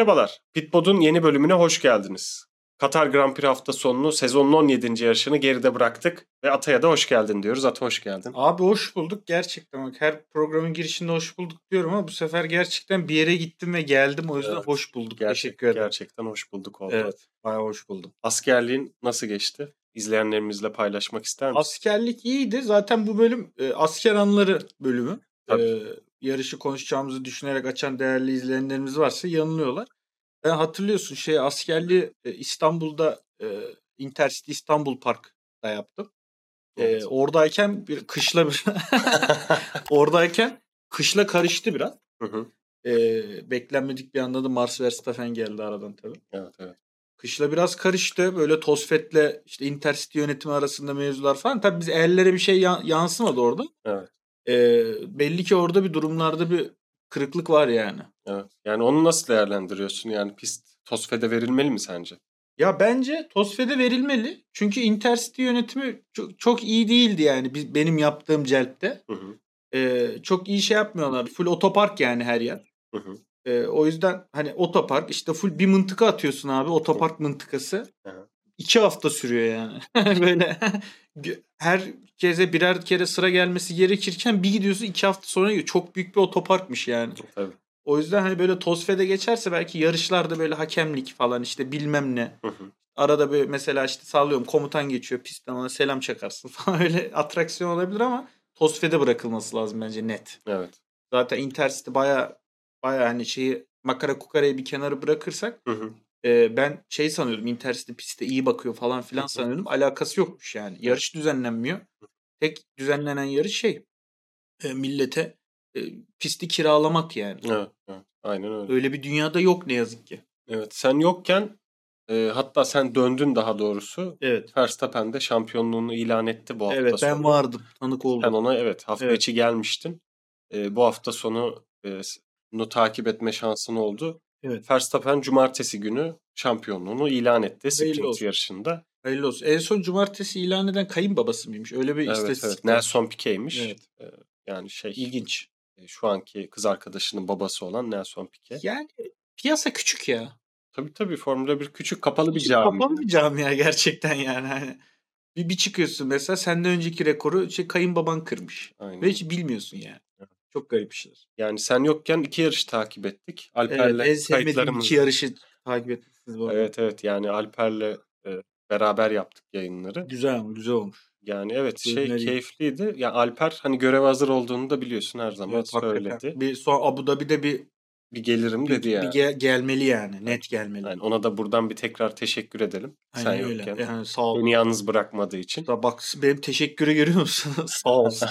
Merhabalar, Pitpod'un yeni bölümüne hoş geldiniz. Katar Grand Prix hafta sonunu, sezonun 17. yarışını geride bıraktık ve Atay'a da hoş geldin diyoruz. Ata hoş geldin. Abi hoş bulduk gerçekten. Bak, her programın girişinde hoş bulduk diyorum ama bu sefer gerçekten bir yere gittim ve geldim. O yüzden hoş bulduk. Teşekkür ederim. Gerçekten hoş bulduk oldu. Evet, bayağı hoş buldum. Askerliğin nasıl geçti? İzleyenlerimizle paylaşmak ister misin? Askerlik iyiydi. Zaten bu bölüm asker anıları bölümü. Yarışı konuşacağımızı düşünerek açan değerli izleyenlerimiz varsa yanılıyorlar. Ben hatırlıyorsun askerliği İstanbul'da Intercity İstanbul Park'ta yaptım. Evet. Oradayken kışla karıştı biraz. Hı. Beklenmedik bir anda da Max Verstappen geldi aradan tabii. Evet. Kışla biraz karıştı. Böyle Tosfet'le işte Intercity yönetimi arasında mevzular falan. Tabii biz ellere bir şey yansımadı orada. Evet. Belli ki orada bir durumlarda bir kırıklık var yani. Evet. Yani onu nasıl değerlendiriyorsun? Yani pist Tosfet'e verilmeli mi sence? Ya bence Tosfet'e verilmeli. Çünkü Intercity yönetimi çok iyi değildi yani benim yaptığım celpte. Çok iyi şey yapmıyorlar. Full otopark yani her yer. O yüzden hani otopark işte full bir mıntıka atıyorsun abi. Otopark mıntıkası. 2 hafta sürüyor yani. Böyle herkese birer kere sıra gelmesi gerekirken bir gidiyorsun 2 hafta sonra çok büyük bir otoparkmış yani. Tabii. O yüzden hani böyle Tosfet'e geçerse belki yarışlarda böyle hakemlik falan işte bilmem ne. Arada böyle mesela işte sallıyorum komutan geçiyor pistten ona selam çakarsın falan öyle atraksiyon olabilir ama Tosfet'e bırakılması lazım bence net. Evet. Zaten Intercity baya hani makara kukarayı bir kenara bırakırsak ben sanıyordum Intercity piste iyi bakıyor falan filan sanıyordum. Alakası yokmuş yani. Yarış düzenlenmiyor. Tek düzenlenen yarış millete pisti kiralamak yani. Evet. Aynen öyle. Öyle bir dünyada yok ne yazık ki. Evet. Sen yokken hatta sen döndün daha doğrusu. Evet. Verstappen de şampiyonluğunu ilan etti bu hafta Evet sonu. ben vardım. Tanık oldum. Sen ona hafta içi gelmiştin. Bu hafta sonu bunu takip etme şansın oldu. Evet. Verstappen cumartesi günü şampiyonluğunu ilan etti Hayırlı sprint olsun. yarışında. Hayırlı olsun. En son cumartesi ilan eden kayınbabası mıymış? Öyle bir istatistik. Evet. Nelson Piquet'ymiş. Evet. Yani İlginç. Şu anki kız arkadaşının babası olan Nelson Piquet. Yani piyasa küçük ya. Tabii Formula 1 küçük kapalı bir cami. Kapalı bir camia gerçekten yani. Hani bir çıkıyorsun mesela senden önceki rekoru kayınbaban kırmış. Aynen. Ve hiç bilmiyorsun yani. Evet. Çok garip bir şeyler. Yani sen yokken 2 yarış takip ettik. Alper'le en sevmediğim 2 yarışı takip etmişsiniz bu arada. Evet yani Alper'le beraber yaptık yayınları. Güzel olmuş. Yani evet keyifliydi. Ya Alper hani göreve hazır olduğunu da biliyorsun her zaman söyledi. Hakikaten. Bir son Abu Dhabi'de bir gelirim dedi yani. Gelmeli yani. Net gelmeli. Yani ona da buradan bir tekrar teşekkür edelim. Aynen sen öyle. yokken. Yani sağ ol. Beni yalnız bırakmadığı için. Bak benim teşekkürü görüyor musun? Sağ olsun.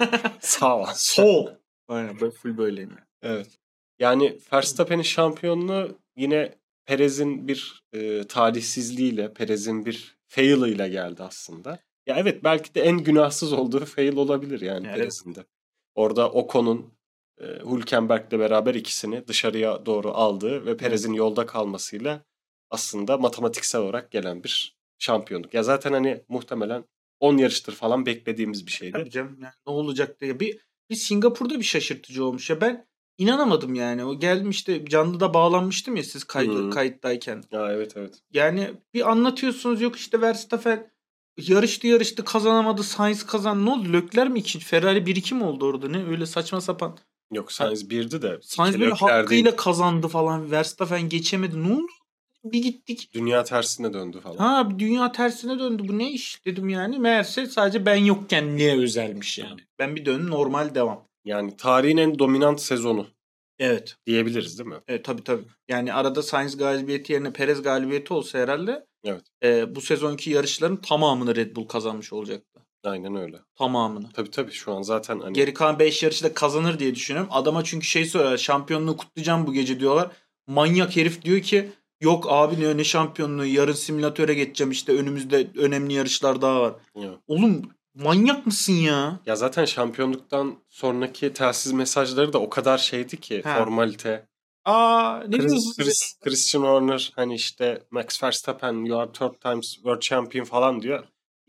Sağ ol. Sol. Aynen full böyleyim. Evet. Yani Verstappen'in şampiyonluğu yine Perez'in bir talihsizliğiyle, Perez'in bir fail'ıyla geldi aslında. Ya evet belki de en günahsız olduğu fail olabilir yani Perez'in de. Orada Ocon'un Hülkenberg'le beraber ikisini dışarıya doğru aldığı ve Perez'in yolda kalmasıyla aslında matematiksel olarak gelen bir şampiyonluk. Ya zaten hani muhtemelen 10 yarıştır falan beklediğimiz bir şeydi. Tabii canım yani ne olacak diye. Bir Singapur'da bir şaşırtıcı olmuş ya ben inanamadım yani. O geldim işte canlıda bağlanmıştım ya siz kayıttayken. Ya evet. Yani bir anlatıyorsunuz yok işte Verstappen yarıştı kazanamadı. Sainz kazandı. Ne oldu? Leclerc mi ikinci? Ferrari 1-2 mi oldu orada? Ne öyle saçma sapan. Yok Sainz 1'di de. Sainz böyle hakkıyla kazandı falan. Verstappen geçemedi. Ne oldu? Bir gittik. Dünya tersine döndü falan. Ha dünya tersine döndü. Bu ne iş dedim yani. Meğerse sadece ben yokken niye özelmiş yani. Ben bir dönüm normal devam. Yani tarihin en dominant sezonu. Evet. Diyebiliriz değil mi? Evet tabii. Yani arada Sainz galibiyeti yerine Perez galibiyeti olsa herhalde. Evet. Bu sezonki yarışların tamamını Red Bull kazanmış olacaktı. Aynen öyle. Tamamını. Tabii şu an zaten hani. Geri kalan 5 yarışı da kazanır diye düşünüyorum. Adama çünkü söylüyorlar. Şampiyonluğu kutlayacağım bu gece diyorlar. Manyak herif diyor ki yok abi ne şampiyonluğu yarın simülatöre geçeceğim işte önümüzde önemli yarışlar daha var. Ya. Oğlum manyak mısın ya? Ya zaten şampiyonluktan sonraki telsiz mesajları da o kadar şeydi ki formalite. Ne diyorsunuz? Christian Horner hani işte Max Verstappen you are third times world champion falan diyor.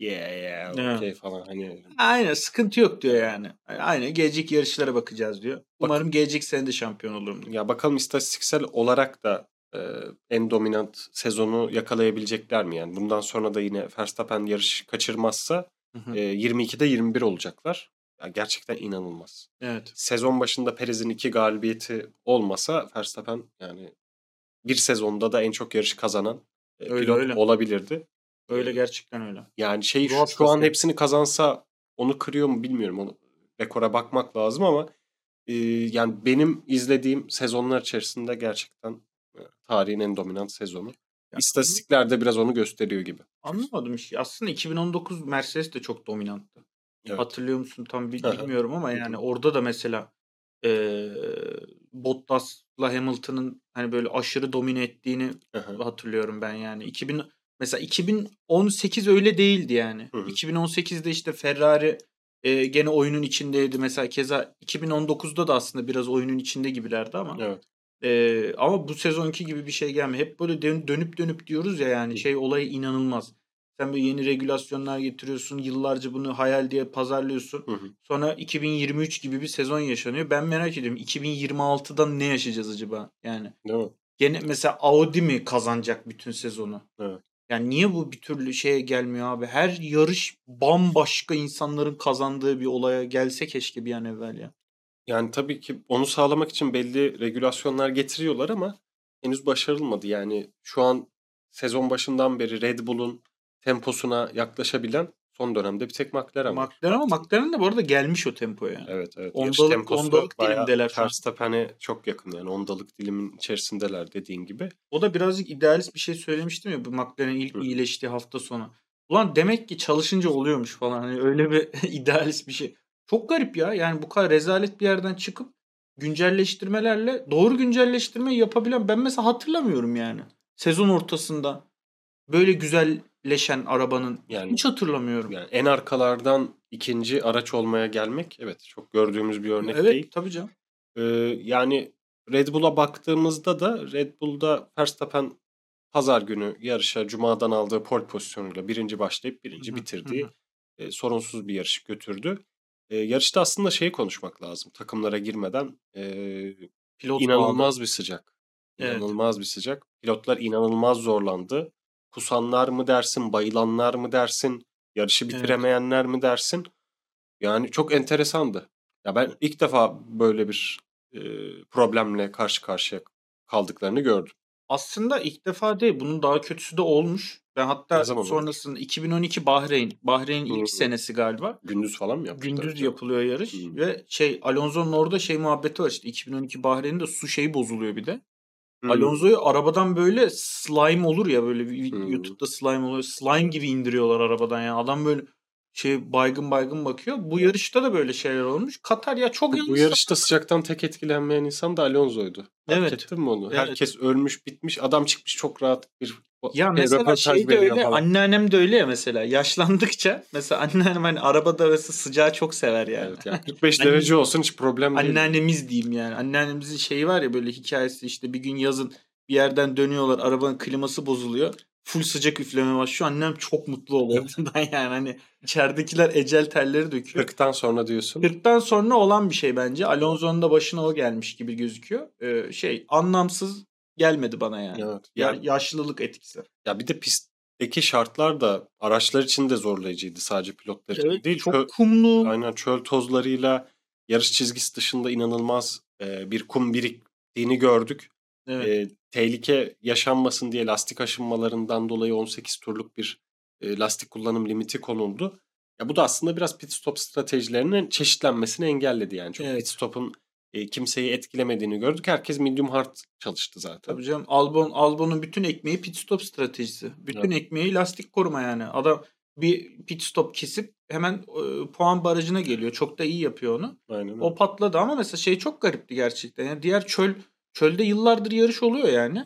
Yeah okay falan hani. Aynen sıkıntı yok diyor yani. Aynen gelecek yarışlara bakacağız diyor. Umarım gelecek sene de şampiyon olurum diyor. Ya bakalım istatistiksel olarak da en dominant sezonu yakalayabilecekler mi? Yani bundan sonra da yine Verstappen yarış kaçırmazsa 22'de 21 olacaklar. Ya gerçekten inanılmaz. Evet. Sezon başında Perez'in 2 galibiyeti olmasa Verstappen yani bir sezonda da en çok yarış kazanan pilot olabilirdi. Öyle gerçekten öyle. Yani şu an hepsini kazansa onu kırıyor mu bilmiyorum. Onu rekora bakmak lazım ama yani benim izlediğim sezonlar içerisinde gerçekten tarihin en dominant sezonu. Ya, İstatistikler de biraz onu gösteriyor gibi. Anlamadım. Aslında 2019 Mercedes de çok dominanttı. Evet. Hatırlıyor musun tam bilmiyorum ama yani orada da mesela Bottas'la Hamilton'ın hani böyle aşırı domine ettiğini hatırlıyorum ben yani. Mesela 2018 öyle değildi yani. 2018'de işte Ferrari gene oyunun içindeydi. Mesela keza 2019'da da aslında biraz oyunun içinde gibilerdi ama. Evet. Ama bu sezonki gibi bir şey gelmiyor. Hep böyle dönüp diyoruz ya yani olayı inanılmaz. Sen böyle yeni regülasyonlar getiriyorsun. Yıllarca bunu hayal diye pazarlıyorsun. Sonra 2023 gibi bir sezon yaşanıyor. Ben merak ediyorum 2026'dan ne yaşayacağız acaba? Yani. Değil mi? Gene mesela Audi mi kazanacak bütün sezonu? Evet. Yani niye bu bir türlü şeye gelmiyor abi? Her yarış bambaşka insanların kazandığı bir olaya gelse keşke bir an evvel ya. Yani tabii ki onu sağlamak için belli regülasyonlar getiriyorlar ama henüz başarılmadı. Yani şu an sezon başından beri Red Bull'un temposuna yaklaşabilen son dönemde bir tek McLaren var. McLaren de bu arada gelmiş o tempoya. Evet. Ondalık dilimdeler şu an. Verstappen'e çok yakın yani ondalık dilimin içerisindeler dediğin gibi. O da birazcık idealist bir şey söylemiştim ya bu McLaren'in ilk iyileştiği hafta sonu. Ulan demek ki çalışınca oluyormuş falan. Hani öyle bir idealist bir şey. Çok garip ya. Yani bu kadar rezalet bir yerden çıkıp güncelleştirmelerle doğru güncelleştirmeyi yapabilen ben mesela hatırlamıyorum yani. Sezon ortasında böyle güzelleşen arabanın hiç hatırlamıyorum. Yani en arkalardan ikinci araç olmaya gelmek evet çok gördüğümüz bir örnek değil. Evet tabii canım. Yani Red Bull'a baktığımızda da Red Bull'da Verstappen pazar günü yarışa Cuma'dan aldığı pole pozisyonuyla birinci başlayıp birinci bitirdiği sorunsuz bir yarış götürdü. Yarışta aslında konuşmak lazım takımlara girmeden. İnanılmaz bir sıcak. İnanılmaz bir sıcak. Pilotlar inanılmaz zorlandı. Kusanlar mı dersin, bayılanlar mı dersin, yarışı bitiremeyenler mi dersin? Yani çok enteresandı. Ya ben ilk defa böyle bir problemle karşı karşıya kaldıklarını gördüm. Aslında ilk defa değil. Bunun daha kötüsü de olmuş. Ben hatta sonrasında 2012 Bahreyn ilk senesi galiba. Gündüz falan mı yapmışlar? Gündüz yapılıyor yarış ve Alonso'nun orada muhabbeti var işte 2012 Bahreyn'de su bozuluyor bir de. Alonso'yu arabadan böyle slime olur ya böyle YouTube'da slime oluyor. Slime gibi indiriyorlar arabadan yani. Adam böyle baygın bakıyor. Bu yarışta da böyle şeyler olmuş. Katar ya çok yanlış. Bu yarışta sıcaktan tek etkilenmeyen insan da Alonso'ydu. Fark ettin mi onu? Evet. Herkes ölmüş bitmiş. Adam çıkmış çok rahat bir mesela de öyle. Falan. Anneannem de öyle ya mesela. Yaşlandıkça mesela anneannem hani arabada mesela sıcağı çok sever yani. Evet yani 45 derece olsun hiç problem değil. Anneannemiz diyeyim yani. Anneannemizin şeyi var ya böyle hikayesi işte bir gün yazın bir yerden dönüyorlar. Arabanın kliması bozuluyor. Full sıcak üfleme başlıyor. Annem çok mutlu oluyor bundan yani. Hani içeridekiler ecel terleri döküyor. 40'tan sonra diyorsun. 40'tan sonra olan bir şey bence. Alonso'nun da başına o gelmiş gibi gözüküyor. Anlamsız gelmedi bana yani. Evet. Yaşlılık etkisi. Ya bir de pistteki şartlar da araçlar için de zorlayıcıydı sadece pilotlar için değil. Çok kumlu. Aynen çöl tozlarıyla yarış çizgisi dışında inanılmaz bir kum biriktiğini gördük. Evet. Tehlike yaşanmasın diye lastik aşınmalarından dolayı 18 turluk bir lastik kullanım limiti konuldu. Ya bu da aslında biraz pit stop stratejilerinin çeşitlenmesini engelledi yani. Çok pit stop'un kimseyi etkilemediğini gördük. Herkes medium hard çalıştı zaten. Tabii canım Albon'un bütün ekmeği pit stop stratejisi. Bütün ekmeği lastik koruma yani. Adam bir pit stop kesip hemen puan barajına geliyor. Çok da iyi yapıyor onu. Aynen. O patladı ama mesela çok garipti gerçekten. Yani diğer çölde yıllardır yarış oluyor yani.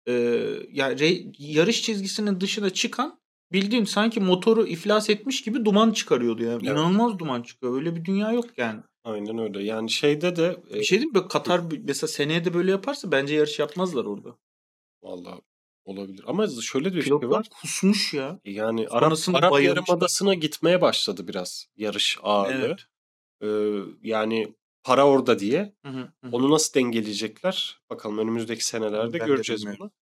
Yarış çizgisinin dışına çıkan bildiğin sanki motoru iflas etmiş gibi duman çıkarıyordu yani. Evet. İnanılmaz duman çıkıyor. Öyle bir dünya yok yani. Aynen öyle. Yani şeyde de... Bir şey diyeyim mi? Katar mesela seneye de böyle yaparsa bence yarış yapmazlar orada. Vallahi olabilir. Ama şöyle bir pilotlar şey var. Kusmuş ya. Yani Arap Yarımadası'na gitmeye başladı biraz yarış ağırlığı. Evet. Yani para orada diye. Hı hı, hı. Onu nasıl dengeleyecekler? Bakalım önümüzdeki senelerde Ben de göreceğiz bilmiyorum. bunu.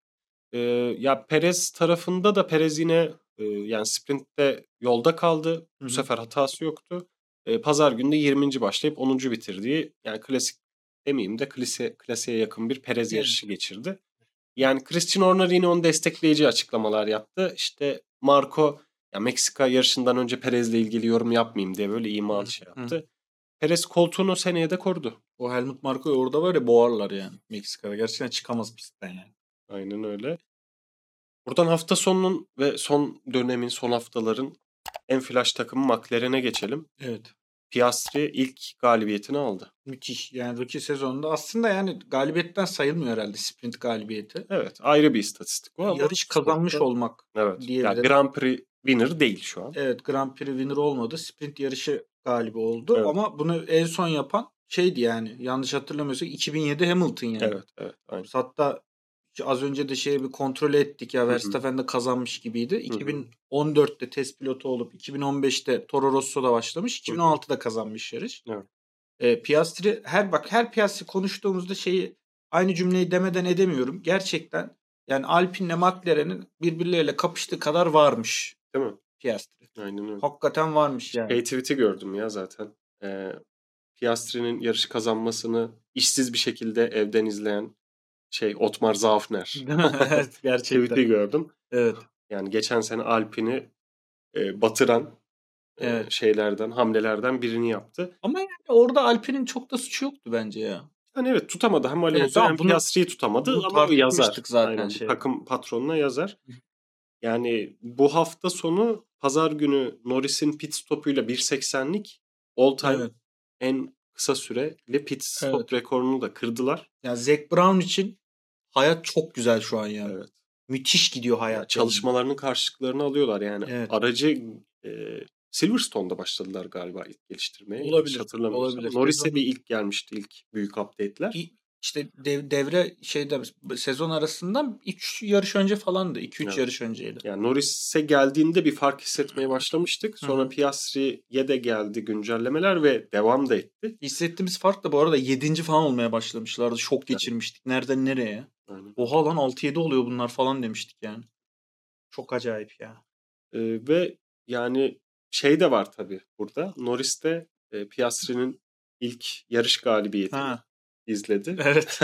Ya Perez tarafında da Perez yine yani sprintte yolda kaldı. Hı Bu hı. sefer hatası yoktu. Pazar günü de 20. başlayıp 10. bitirdiği, yani klasik demeyeyim de klasiğe yakın bir Perez Yani. yarışı geçirdi. Yani Christian Horner yine onu destekleyici açıklamalar yaptı. İşte Marco, ya Meksika yarışından önce Perez'le ilgili yorum yapmayayım diye böyle Hı imalı hı, şey hı. yaptı. Perez koltuğunu seneye de korudu. O Helmut Marko'yu orada var ya, boğarlar yani Meksika'da. Gerçekten çıkamaz pistten yani. Aynen öyle. Buradan hafta sonunun ve son dönemin, son haftaların en flash takımı McLaren'e geçelim. Evet. Piastri ilk galibiyetini aldı. Müthiş. Yani rookie sezonunda aslında yani galibiyetten sayılmıyor herhalde sprint galibiyeti. Evet, ayrı bir istatistik o ama Yarış kazanmış sportta, olmak evet. Ya diyebiliriz. Grand Prix winner değil şu an. Evet, Grand Prix winner olmadı. Sprint yarışı galibi oldu. Evet. Ama bunu en son yapan şeydi yani. Yanlış hatırlamıyorsak 2007 Hamilton yani. Evet, evet, aynen. Hatta az önce de bir kontrol ettik ya, Hı hı. Verstappen de kazanmış gibiydi. Hı hı. 2014'te test pilotu olup 2015'te Toro Rosso'da başlamış. Hı hı. 2016'da kazanmış yarış. Evet. Piastri her Piastri konuştuğumuzda aynı cümleyi demeden edemiyorum. Gerçekten yani Alpine'le McLaren'in birbirleriyle kapıştığı kadar varmış Değil mi? Piastri. Aynen öyle. Hakikaten varmış yani. Tweet'i gördüm ya zaten. Piastri'nin yarışı kazanmasını işsiz bir şekilde evden izleyen Otmar Zafner. Değil mi? Evet, gerçekten. Tweet'i gördüm. Evet. Yani geçen sene Alpine'i batıran Evet. hamlelerden birini yaptı. Ama yani orada Alpine'in çok da suçu yoktu bence ya. Yani evet, tutamadı. Hem Evet, Alonso hem tamam, Piastri'yi tutamadı bunu ama o yazar. tartışmıştık zaten Aynen, bu takım patronuna yazar. Hı. Yani bu hafta sonu pazar günü Norris'in pit stopuyla 1.80'lik all time Evet. en kısa süreli pit stop rekorunu da kırdılar. Yani Zac Brown için hayat çok güzel şu an yani. Evet. Müthiş gidiyor hayat. Ya çalışmalarının karşılıklarını alıyorlar yani. Evet. Aracı Silverstone'da başladılar galiba ilk geliştirmeye. Olabilir. Hatırlamıyorsam. Olabilir. Norris'e bir ilk gelmişti, ilk büyük update'ler. İşte devre sezon arasından 3 yarış önce falandı. 2-3 Evet. yarış önceydi. Yani Norris'e geldiğinde bir fark hissetmeye başlamıştık. Sonra Hı hı. Piastri'ye de geldi güncellemeler ve devam da etti. Hissettiğimiz fark da bu arada 7. falan olmaya başlamışlardı. Şok geçirmiştik. Nereden nereye? Aynen. Oha lan 6-7 oluyor bunlar falan demiştik yani. Çok acayip ya. Ve yani de var tabii burada. Norris de Piastri'nin ilk yarış galibiyetini izledi. Evet.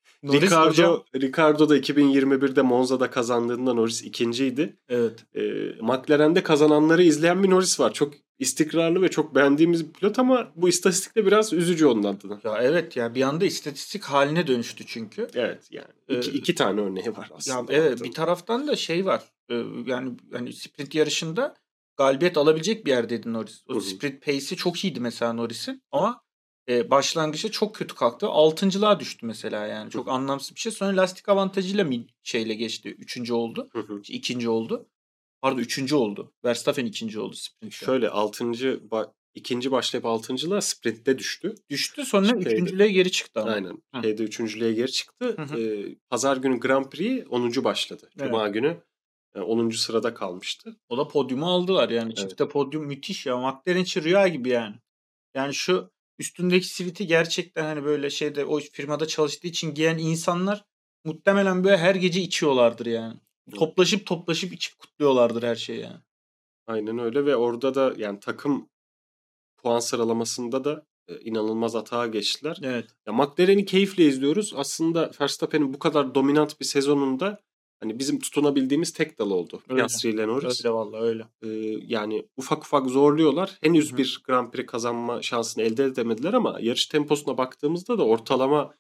Ricardo da 2021'de Monza'da kazandığında Norris ikinciydi. Evet. McLaren'de kazananları izleyen bir Norris var. Çok istikrarlı ve çok beğendiğimiz bir pilot ama bu istatistikle biraz üzücü onun adına. Ya evet ya, bir anda istatistik haline dönüştü çünkü. Evet yani iki tane örneği var aslında. Ya evet, bir taraftan da var. Yani hani sprint yarışında galibiyet alabilecek bir yerdeydi Norris. O sprint pace'i çok iyiydi mesela Norris'in ama başlangıçta çok kötü kalktı. 6.'lığa düştü mesela yani. Çok anlamsız bir şey. Sonra lastik avantajıyla geçti. 3. oldu. 2. oldu. Pardon, 3. oldu. Verstappen 2. oldu sprintte. Şöyle 2. başlayıp 6.'lığa sprintte düştü. Düştü, sonra 3.'lüğe geri çıktı ama. Aynen. 3.'lüğe geri çıktı. Pazar günü Grand Prix 10. başladı. Evet. Cuma günü 10. sırada kalmıştı. O da podyumu aldılar yani. Evet. Çifte podyum müthiş ya. McLaren için rüya gibi yani. Yani şu üstündeki siviti gerçekten hani böyle o firmada çalıştığı için giyen insanlar muhtemelen böyle her gece içiyorlardır yani. Evet. Toplaşıp içip kutluyorlardır her şeyi yani. Aynen öyle ve orada da yani takım puan sıralamasında da inanılmaz atağa geçtiler. Evet. Ya McLaren'i keyifle izliyoruz. Aslında Verstappen'in bu kadar dominant bir sezonunda hani bizim tutunabildiğimiz tek dal oldu. Piastri ile Norris. Öyle vallahi öyle. Yani ufak ufak zorluyorlar. Henüz bir Grand Prix kazanma şansını elde edemediler ama yarış temposuna baktığımızda da ortalama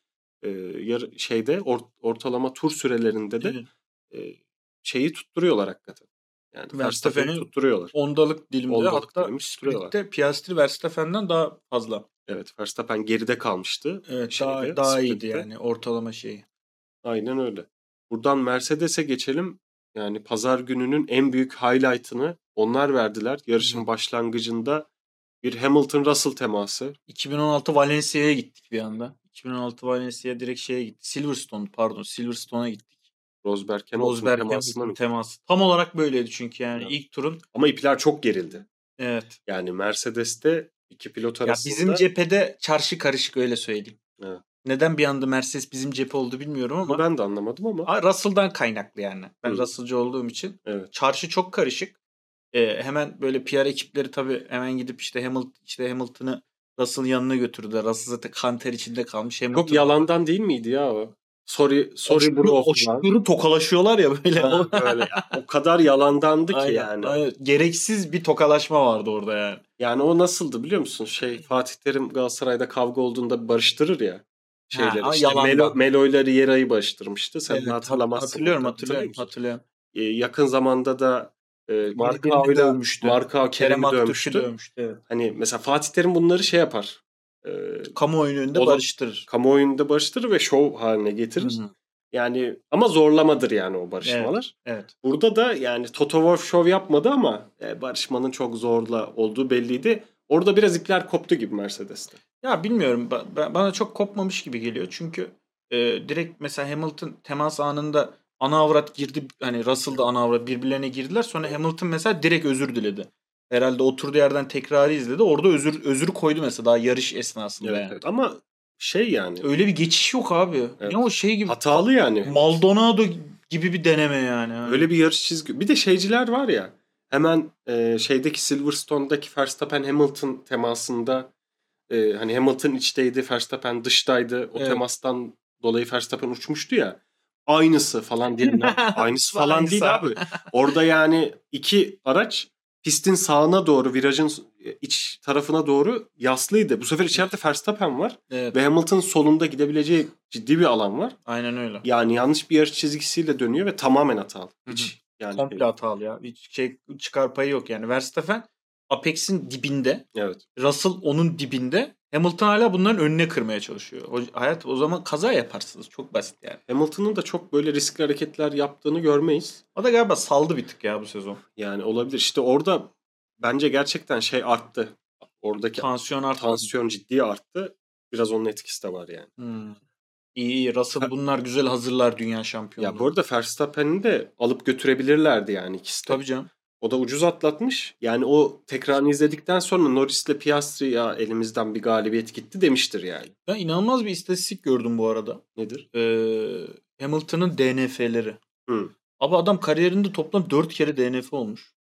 ortalama tur sürelerinde de tutturuyorlar hakikaten. Yani Verstappen'i tutturuyorlar. Ondalık dilimde, hatta tutturuyorlar. sprintte Piastri Verstappen'den daha fazla. Evet, Verstappen geride kalmıştı. Evet, daha iyiydi yani ortalama şeyi. Aynen öyle. Buradan Mercedes'e geçelim. Yani pazar gününün en büyük highlight'ını onlar verdiler. Yarışın başlangıcında bir Hamilton-Russell teması. 2016 Valencia'ya gittik bir anda. 2016 Valencia direkt gitti. Silverstone'a gittik. Rosberg Hamilton teması. Tam olarak böyleydi çünkü yani ilk turun. Ama ipler çok gerildi. Evet. Yani Mercedes'te İki pilot Ya arasında. bizim cephede çarşı karışık, öyle söyleyeyim. Evet. Neden bir anda Mercedes bizim cephe oldu bilmiyorum ama. Ben de anlamadım ama. Russell'dan kaynaklı yani. Ben Russell'cı olduğum için. Evet. Çarşı çok karışık. Hemen böyle PR ekipleri tabii hemen gidip işte Hamilton'ı Russell'ın yanına götürdüler. Russell zaten kanter içinde kalmış. Hamilton Çok yalandan değil miydi ya o? Sorry bro. Aşırı tokalaşıyorlar ya böyle. Böyle ya. O kadar yalandandı ki aynen, yani. Aynen. Gereksiz bir tokalaşma vardı orada yani. Yani o nasıldı biliyor musun? Fatih Terim Galatasaray'da kavga olduğunda barıştırır ya. İşte Melo'yla Riera'yı barıştırmıştı. Sen de hatırlamazsın. Hatırlıyorum. Yakın zamanda da Marka Kerem'i dövmüştü. Evet. Hani mesela Fatih Terim bunları yapar. Kamuoyunun önünde barıştırır. Kamuoyunda barıştırır ve şov haline getirir. Hı-hı. Yani ama zorlamadır yani o barışmalar. Evet. Burada da yani Toto Wolff şov yapmadı ama barışmanın çok zorla olduğu belliydi. Orada biraz ipler koptu gibi Mercedes'te. Ya bilmiyorum. Bana çok kopmamış gibi geliyor. Çünkü direkt mesela Hamilton temas anında ana avrat girdi. Hani Russell'da ana avrat birbirlerine girdiler. Sonra Hamilton mesela direkt özür diledi. Herhalde oturduğu yerden tekrarı izledi. Orada özür koydu mesela daha yarış esnasında. Evet, yani. evet. Ama yani. Öyle bir geçiş yok abi. Evet. Ne o gibi. Hatalı yani. Maldonado gibi bir deneme yani. Öyle bir yarış çizgi. Bir de şeyciler var ya. Hemen şeydeki Silverstone'daki Verstappen Hamilton temasında hani Hamilton içteydi, Verstappen dıştaydı. O temastan dolayı Verstappen uçmuştu ya. Aynısı falan diyenler. Aynısı falan değil abi. Orada yani iki araç pistin sağına doğru, virajın iç tarafına doğru yaslıydı. Bu sefer içeride Verstappen var. Evet. Ve Hamilton'ın solunda gidebileceği ciddi bir alan var. Aynen öyle. Yani yanlış bir yarış çizgisiyle dönüyor ve tamamen hatalı. Hiç yani komple hatalı ya. Hiç çıkar payı yok yani. Verstappen Apex'in dibinde. Evet. Russell onun dibinde. Hamilton hala bunların önüne kırmaya çalışıyor. O zaman kaza yaparsınız. Çok basit yani. Hamilton'ın da çok böyle riskli hareketler yaptığını görmeyiz. O da galiba saldı bir tık ya bu sezon. Yani olabilir. İşte orada bence gerçekten arttı. Oradaki tansiyon ciddi arttı. Biraz onun etkisi de var yani. İyi. Russell bunlar güzel hazırlar dünya şampiyonluğu. Ya bu arada Verstappen'i de alıp götürebilirlerdi yani ikisi de. Tabii canım. O da ucuz atlatmış. Yani o tekrarını izledikten sonra Norris'le Piastri ya elimizden bir galibiyet gitti demiştir yani. Ben inanılmaz bir istatistik gördüm bu arada. Nedir? Hamilton'ın DNF'leri. Abi adam kariyerinde toplam 4 kere DNF olmuş.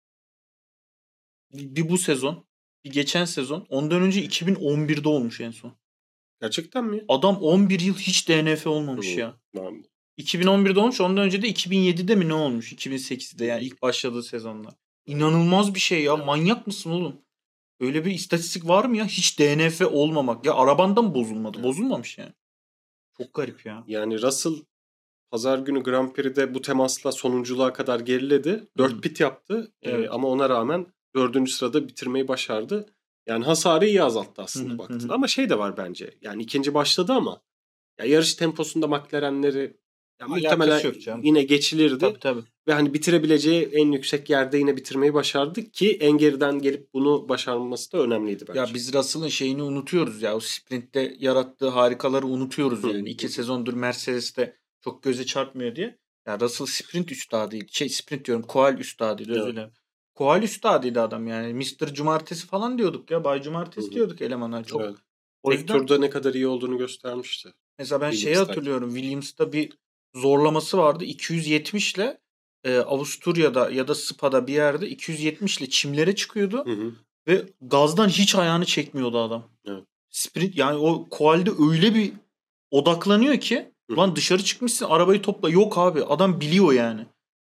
Bir bu sezon, bir geçen sezon. Ondan önce 2011'de olmuş en son. Gerçekten mi? Adam 11 yıl hiç DNF olmamış ya. 2011'de olmuş. Ondan önce de 2007'de mi ne olmuş? 2008'de yani ilk başladığı sezonlar. İnanılmaz bir şey ya. Manyak mısın oğlum? Öyle bir istatistik var mı ya? Hiç DNF olmamak. Ya arabanda mı bozulmadı? Evet. Bozulmamış yani. Çok garip ya. Yani Russell pazar günü Grand Prix'de bu temasla sonunculuğa kadar geriledi. 4 pit yaptı. Evet. Ama ona rağmen 4. sırada bitirmeyi başardı. Yani hasarı iyi azalttı aslında baktığında. Ama de var bence. Yani ikinci başladı ama ya yarış temposunda McLaren'leri muhtemelen yine geçilirdi. Tabii. Ve hani bitirebileceği en yüksek yerde yine bitirmeyi başardı ki en geriden gelip bunu başarması da önemliydi bence. Ya biz Russell'ın şeyini unutuyoruz ya. O sprintte yarattığı harikaları unutuyoruz yani. 2 sezondur Mercedes'te çok göze çarpmıyor diye. Ya Russell sprint üstadıydı. Sprint diyorum. Koal üstadıydı. Özür dilerim. Koal üstadıydı adam yani. Mr. Cumartesi falan diyorduk ya. Bay Cumartesi diyorduk elemana. Çok. Evet. Tek turda ne kadar iyi olduğunu göstermişti. Mesela ben hatırlıyorum. Williams'ta bir zorlaması vardı. 270 ile Avusturya'da ya da Spa'da bir yerde 270 ile çimlere çıkıyordu. Ve gazdan hiç ayağını çekmiyordu adam. Evet. Sprint yani o Koal'de öyle bir odaklanıyor ki lan dışarı çıkmışsın arabayı topla. Yok abi adam biliyor yani.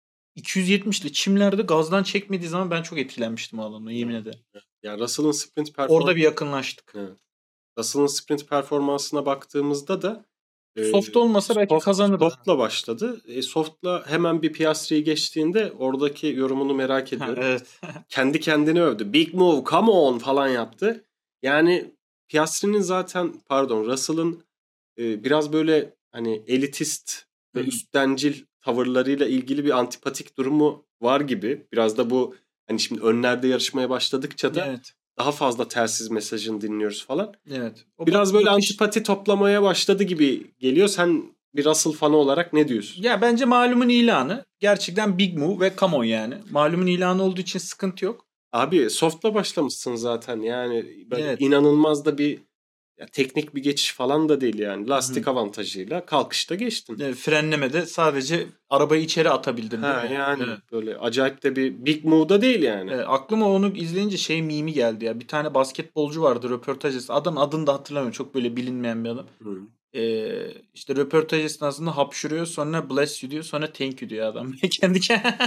270 ile çimlerde gazdan çekmediği zaman ben çok etkilenmiştim o adamla yemin ederim. Ya Russell'ın sprint performansı. Orada bir yakınlaştık. Evet. Russell'ın sprint performansına baktığımızda da soft olmasa belki kazanırdı. Soft'la başladı. Soft'la hemen bir Piastri'yi geçtiğinde oradaki yorumunu merak ediyorum. Evet. Kendi kendini övdü. Big move, come on falan yaptı. Yani Piastri'nin Russell'ın biraz böyle hani elitist ve üsttencil tavırlarıyla ilgili bir antipatik durumu var gibi. Biraz da bu hani şimdi önlerde yarışmaya başladıkça da daha fazla telsiz mesajını dinliyoruz falan. Evet. Biraz böyle antipati toplamaya başladı gibi geliyor. Sen bir Russell fanı olarak ne diyorsun? Ya bence malumun ilanı. Gerçekten big move ve come on yani. Malumun ilanı olduğu için sıkıntı yok. Abi soft'la başlamışsın zaten yani böyle Evet. inanılmaz da bir teknik bir geçiş falan da değil yani. Lastik Hı. avantajıyla kalkışta geçtin. Frenlemede sadece arabayı içeri atabildin değil mi? Yani Evet. böyle acayip de bir big move da değil yani. Aklıma onu izleyince şey mimi geldi ya. Bir tane basketbolcu vardı röportaj esnasında. Adamın adını da hatırlamıyorum. Çok böyle bilinmeyen bir adam. Hı. İşte röportaj esnasında hapşırıyor. Sonra bless you diyor. Sonra thank you diyor adam. Kendi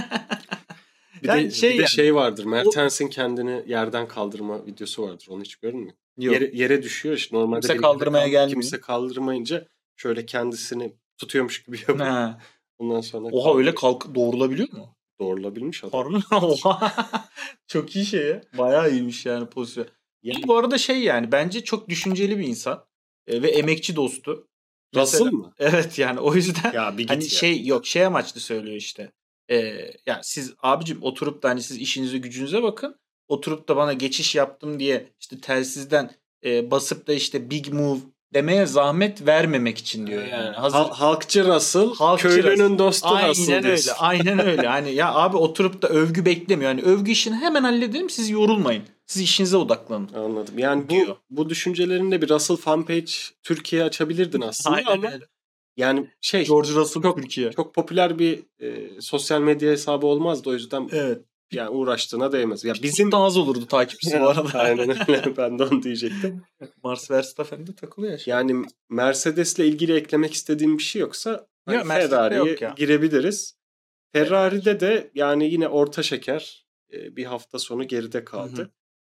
Bir de şey vardır. O... Mertens'in kendini yerden kaldırma videosu vardır. Onu hiç gördün mü? Yok. Yere düşüyor işte. Normalde Kimse bir kaldırmaya gelmiyor. kimse kaldırmayınca şöyle kendisini tutuyormuş gibi yapıyor. Ha. Ondan sonra Oha öyle doğrulabiliyor mu? doğrulabilmiş adam. Harbi mi? Oha. Çok iyi şey ya. Bayağı iyiymiş yani pozisyon. Yani, Bu arada şey yani bence çok düşünceli bir insan. Ve emekçi dostu. Russell Mesela, mı? evet yani o yüzden Ya bir git hani ya. şey yok şey amaçlı söylüyor işte. Ya siz abicim oturup da hani siz işinize gücünüze bakın. Oturup da bana geçiş yaptım diye işte telsizden basıp da işte big move demeye zahmet vermemek için diyor yani. Halkçı Russell, Halkçı köylünün Russell. dostu Russell Aynen öyle. diyorsun. Aynen öyle. Hani ya abi oturup da övgü beklemiyor. Yani övgü işini hemen halledelim. Siz yorulmayın. Siz işinize odaklanın. Anladım. Yani Diyor. bu düşüncelerinde bir Russell fanpage Türkiye açabilirdin aslında Aynen ama öyle. yani George Russell Türkiye. çok popüler bir sosyal medya hesabı olmazdı o yüzden Evet. yani uğraştığına değmez. Ya Bizim daha az olurdu takipçisi bu arada. Aynen öyle. Ben de onu diyecektim. Max Verstappen de takılıyor şimdi. Yani Mercedes'le ilgili eklemek istediğim bir şey yoksa Yok, Ferrari'ye girebiliriz. Ferrari'de de yani yine orta şeker bir hafta sonu geride kaldı.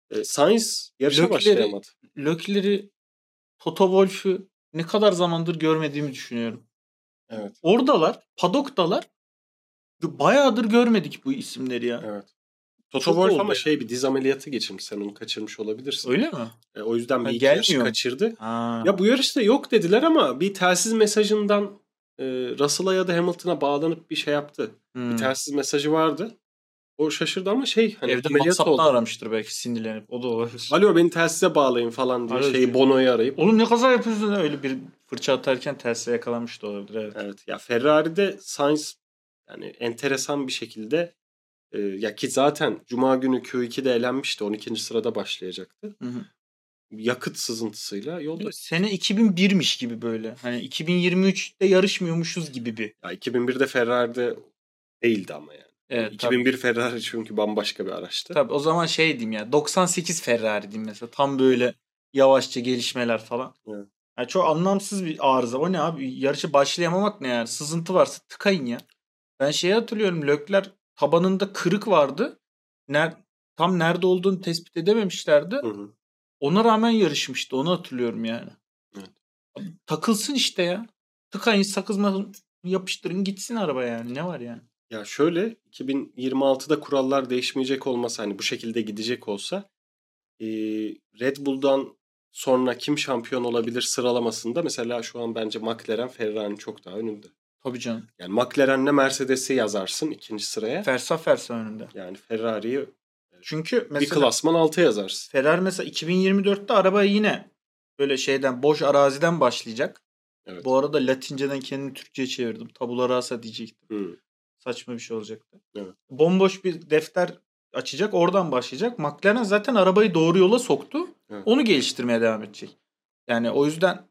Sainz yarışa başlayamadı. Leclerc'i, Toto Wolff'ü ne kadar zamandır görmediğimi düşünüyorum. Evet. Oradalar, padoktalar. Bayağıdır görmedik bu isimleri ya. Evet. Toto Wolff ama bir diz ameliyatı geçirmiş. Sen onu kaçırmış olabilirsin. Öyle mi? O yüzden bir iki yarışı kaçırdı. Ya bu yarışta yok dediler ama bir telsiz mesajından Russell'a ya da Hamilton'a bağlanıp bir şey yaptı. Bir telsiz mesajı vardı. O şaşırdı ama hani evde ameliyat oldu. WhatsApp'tan aramıştır belki sinirlenip. O da olabilir. Alo beni telsize bağlayın falan diye Bono'yu arayıp. Oğlum ne kaza yapıyorsun öyle bir fırça atarken telsize yakalamış da olabilir. Evet. Evet. Ya Ferrari'de Sainz yani enteresan bir şekilde ya ki zaten Cuma günü Q2'de elenmişti. 12. sırada başlayacaktı. Hı. Yakıt sızıntısıyla yolda. Sene 2001'miş gibi böyle. Hani 2023'te yarışmıyormuşuz gibi bir. Ya 2001'de Ferrari'de değildi ama yani. Evet, 2001 tabii. Ferrari çünkü bambaşka bir araçtı. Tabii o zaman diyeyim ya 98 Ferrari diyeyim mesela. Tam böyle yavaşça gelişmeler falan. Evet. Yani çok anlamsız bir arıza. O ne abi? Yarışa başlayamamak ne yani? Sızıntı varsa tıkayın ya. Ben hatırlıyorum. Leclerc tabanında kırık vardı. Tam nerede olduğunu tespit edememişlerdi. Hı. Ona rağmen yarışmıştı. Onu hatırlıyorum yani. Evet. Takılsın işte ya. Tıkayın sakızma yapıştırın gitsin araba yani. Ne var yani? Ya şöyle 2026'da kurallar değişmeyecek olmasa hani bu şekilde gidecek olsa Red Bull'dan sonra kim şampiyon olabilir sıralamasında mesela şu an bence McLaren Ferrari'nin çok daha önünde. Tabii canım. Yani McLaren'le Mercedes'i yazarsın ikinci sıraya. Fersa önünde. Yani Ferrari'yi çünkü mesela bir klasman 6 yazarsın. Ferrari mesela 2024'te arabaya yine böyle boş araziden başlayacak. Evet. Bu arada Latinceden kendimi Türkçe'ye çevirdim. Tabula rasa diyecektim. Hı. Saçma bir şey olacaktı. Evet. Bomboş bir defter açacak. Oradan başlayacak. McLaren zaten arabayı doğru yola soktu. Evet. Onu geliştirmeye devam edecek. Yani o yüzden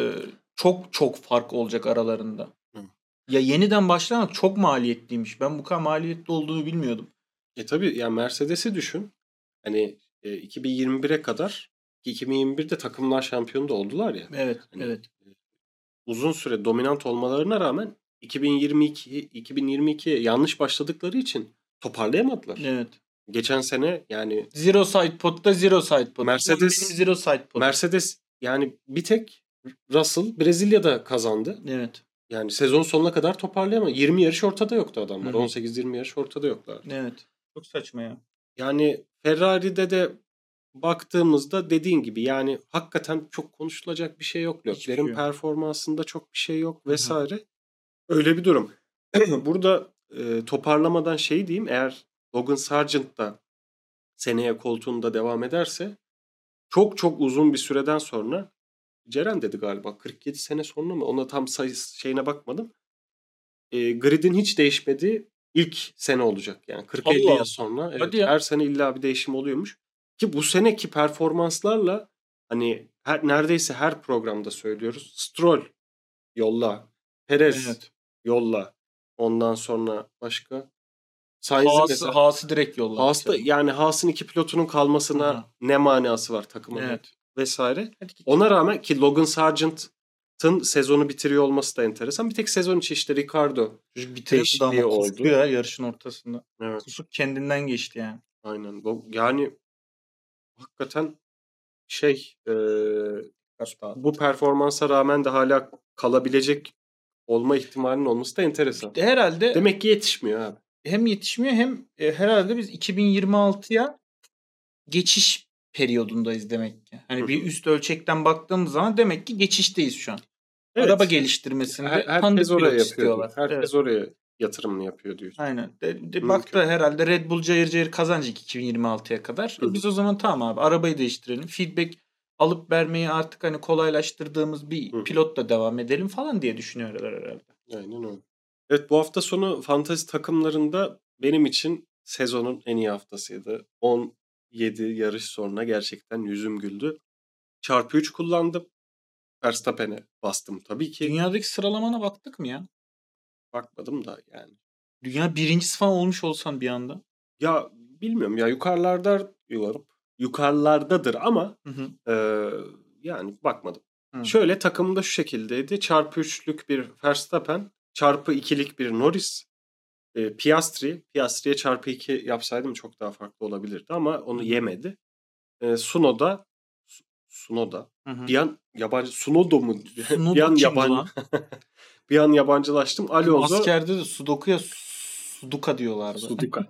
çok fark olacak aralarında. Hı. Ya yeniden başlamak çok maliyetliymiş. Ben bu kadar maliyetli olduğunu bilmiyordum. Tabii yani Mercedes'i düşün. Hani 2021'e kadar 2021'de takımlar şampiyonu da oldular ya. Evet, hani, evet. Uzun süre dominant olmalarına rağmen 2022'ye yanlış başladıkları için toparlayamadılar. Evet. Geçen sene yani Zero side pod'da zero side pod. Zero side pod. Mercedes yani bir tek Russell Brezilya'da kazandı. Evet. Yani sezon sonuna kadar toparlayamadı. 20 yarış ortada yoktu adamlar. 18-20 yarış ortada yoklar. Evet. Çok saçma ya. Yani Ferrari'de de baktığımızda dediğin gibi yani hakikaten çok konuşulacak bir şey yok. Leclerc'in performansında çok bir şey yok vesaire. Öyle bir durum. Burada toparlamadan diyeyim, eğer Logan Sargent da seneye koltuğunda devam ederse çok uzun bir süreden sonra, Ceren dedi galiba 47 sene sonra mı? Ona tam sayı bakmadım. Grid'in hiç değişmediği ilk sene olacak yani 40-50 Allah yıl sonra. Evet, Hadi ya. her sene illa bir değişim oluyormuş. Ki bu seneki performanslarla hani neredeyse her programda söylüyoruz. Stroll yolla. Perez Evet. yolla. Ondan sonra başka Sainz'i mesela Haas'ı direkt yolladık. Haas'ta yani Haas'ın 2 pilotunun kalmasına Aha. ne manası var takıma Evet. vesaire. Hadi git. Ona rağmen ki Logan Sargent'ın sezonu bitiriyor olması da enteresan. Bir tek sezon içi işte Ricardo Çocuk bitiremedi ama değişikliği kustu oldu. ya yarışın ortasında. Evet, Kusuk kendinden geçti yani. aynen. Yani hakikaten şey bu performansa rağmen de hala kalabilecek olma ihtimalinin olması da enteresan. Herhalde Demek ki yetişmiyor abi. hem yetişmiyor hem herhalde biz 2026'ya geçiş periyodundayız demek ki. Hani bir üst ölçekten baktığımız zaman demek ki geçişteyiz şu an. Evet. Araba geliştirmesinde Herkes tanıdık oraya pilot yapıyor. istiyorlar. Herkes Evet. oraya yatırımını yapıyor diyorsun. Aynen. Baktı herhalde Red Bull cayır cayır kazanacak 2026'ya kadar. Biz o zaman tamam abi arabayı değiştirelim. Feedback alıp vermeyi artık hani kolaylaştırdığımız bir pilotla devam edelim falan diye düşünüyorlar herhalde. Aynen öyle. Evet, bu hafta sonu fantasy takımlarında benim için sezonun en iyi haftasıydı. 17 yarış sonra gerçekten yüzüm güldü. Çarpı 3 kullandım. Verstappen'e bastım tabii ki. Dünyadaki sıralamana baktık mı ya? Bakmadım da yani. Dünya birincisi falan olmuş olsan bir anda. Ya bilmiyorum ya yukarılardadır ama yani bakmadım. Şöyle takımda şu şekildeydi. Çarpı 3'lük bir Verstappen, çarpı 2'lik bir Norris, Piastri'ye çarpı 2 yapsaydım çok daha farklı olabilirdi ama onu yemedi. Sunoda bir an yabancı Sunodo mu? Sunodo bir an kimdi yabancı lan? bir an yabancılaştım. Alonso Askerde de Sudoku'ya Suduka diyorlardı. Suduka.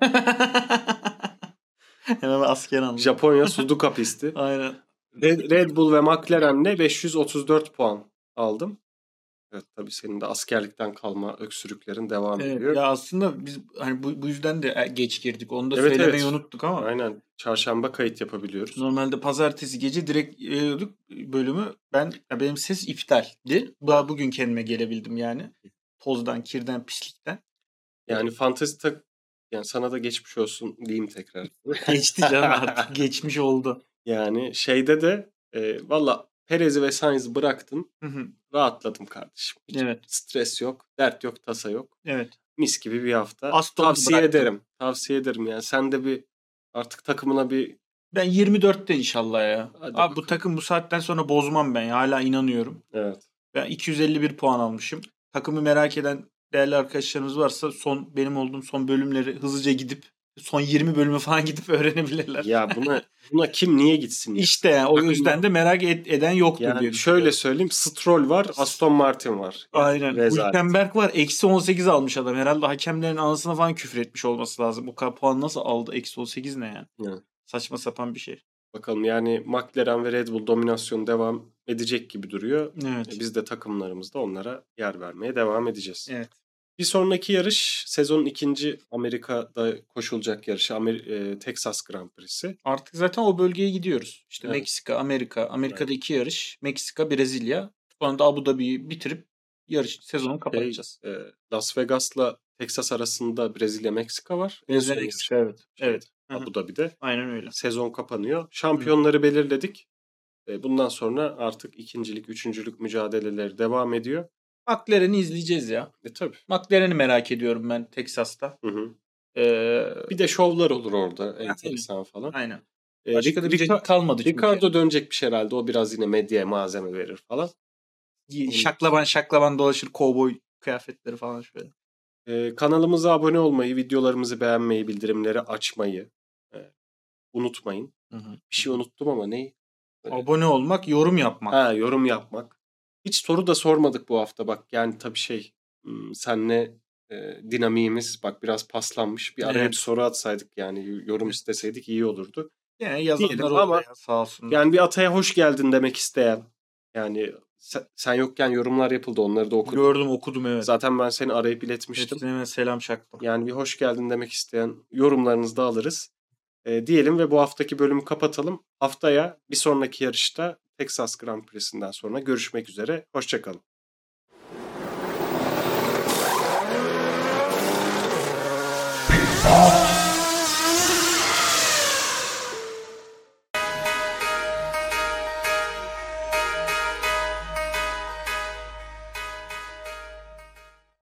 Hemen asker anladım. Japonya Suzuka pisti. Aynen. Red Bull ve McLaren'le 534 puan aldım. Evet, tabii senin de askerlikten kalma öksürüklerin devam ediyor. Ya aslında biz hani bu yüzden de geç girdik. Onu da Evet, söylemeyi unuttuk ama. Aynen. Çarşamba kayıt yapabiliyoruz. Normalde pazartesi gece direkt yayıyorduk bölümü. Benim ses iptaldi. Daha bugün kendime gelebildim yani. Tozdan, kirden, pislikten. Yani yani sana da geçmiş olsun diyeyim tekrar. Geçti canım artık. Geçmiş oldu. Yani şeyde de valla Perez'i ve Sainz'i bıraktın. Rahatladım kardeşim. Hiç stres yok, dert yok, tasa yok. Evet. Mis gibi bir hafta. Aston'u Tavsiye ederim. Tavsiye ederim yani. Sen de bir artık takımına bir... Ben 24'te inşallah ya. Hadi abi bakalım. Bu takım bu saatten sonra bozmam ben ya. Hala inanıyorum. Evet. Ben 251 puan almışım. Takımı merak eden değerli arkadaşlarımız varsa benim olduğum son bölümleri hızlıca gidip son 20 bölümü falan gidip öğrenebilirler. Ya buna kim niye gitsin? İşte yani o yüzden de merak eden yoktur yani diye şöyle söyleyeyim. Stroll var, Aston Martin var. Yani aynen. Hülkenberg var. -18 almış adam. Herhalde hakemlerin anasına falan küfür etmiş olması lazım. O kadar puan nasıl aldı? -18 ne yani? Evet. Saçma sapan bir şey. Bakalım yani McLaren ve Red Bull dominasyonu devam edecek gibi duruyor. Evet. Biz de takımlarımızda onlara yer vermeye devam edeceğiz. Evet. Bir sonraki yarış sezonun ikinci Amerika'da koşulacak yarışı Texas Grand Prix'si. Artık zaten o bölgeye gidiyoruz. İşte evet. Meksika, Amerika. Amerika'da 2 yarış. Meksika, Brezilya. Sonra da Abu Dhabi'yi bitirip sezonu kapatacağız. Las Vegas'la Texas arasında Brezilya, Meksika var. Brezilya, Meksika evet. Evet. Abu Dhabi'de. Aynen öyle. Sezon kapanıyor. Şampiyonları belirledik. Bundan sonra artık ikincilik, üçüncülük mücadeleleri devam ediyor. McLaren'i izleyeceğiz ya. Tabii. McLaren'i merak ediyorum ben Texas'ta. Bir de şovlar olur orada. Enteresan falan. Aynen. Başka da bir kalmadı çünkü. Ricardo dönecekmiş herhalde. O biraz yine medyaya malzeme verir falan. Şaklaban dolaşır. Kovboy kıyafetleri falan şöyle. Kanalımıza abone olmayı, videolarımızı beğenmeyi, bildirimleri açmayı unutmayın. Bir şey unuttum ama ne? Abone olmak, yorum yapmak. Yorum yapmak. Hiç soru da sormadık bu hafta bak. Yani tabii senle dinamiğimiz bak biraz paslanmış. Bir araya bir soru atsaydık yani yorum isteseydik iyi olurdu. Yani yazanlar ama sağ olsun. Yani bir Atay'a hoş geldin demek isteyen. Yani sen yokken yorumlar yapıldı. Onları da okudum. Gördüm okudum evet. Zaten ben seni arayıp iletmiştim. Hepsine hemen selam çaktım. Yani bir hoş geldin demek isteyen yorumlarınızı da alırız. Diyelim ve bu haftaki bölümü kapatalım. Haftaya bir sonraki yarışta Texas Grand Prix'sinden sonra görüşmek üzere. Hoşça kalın.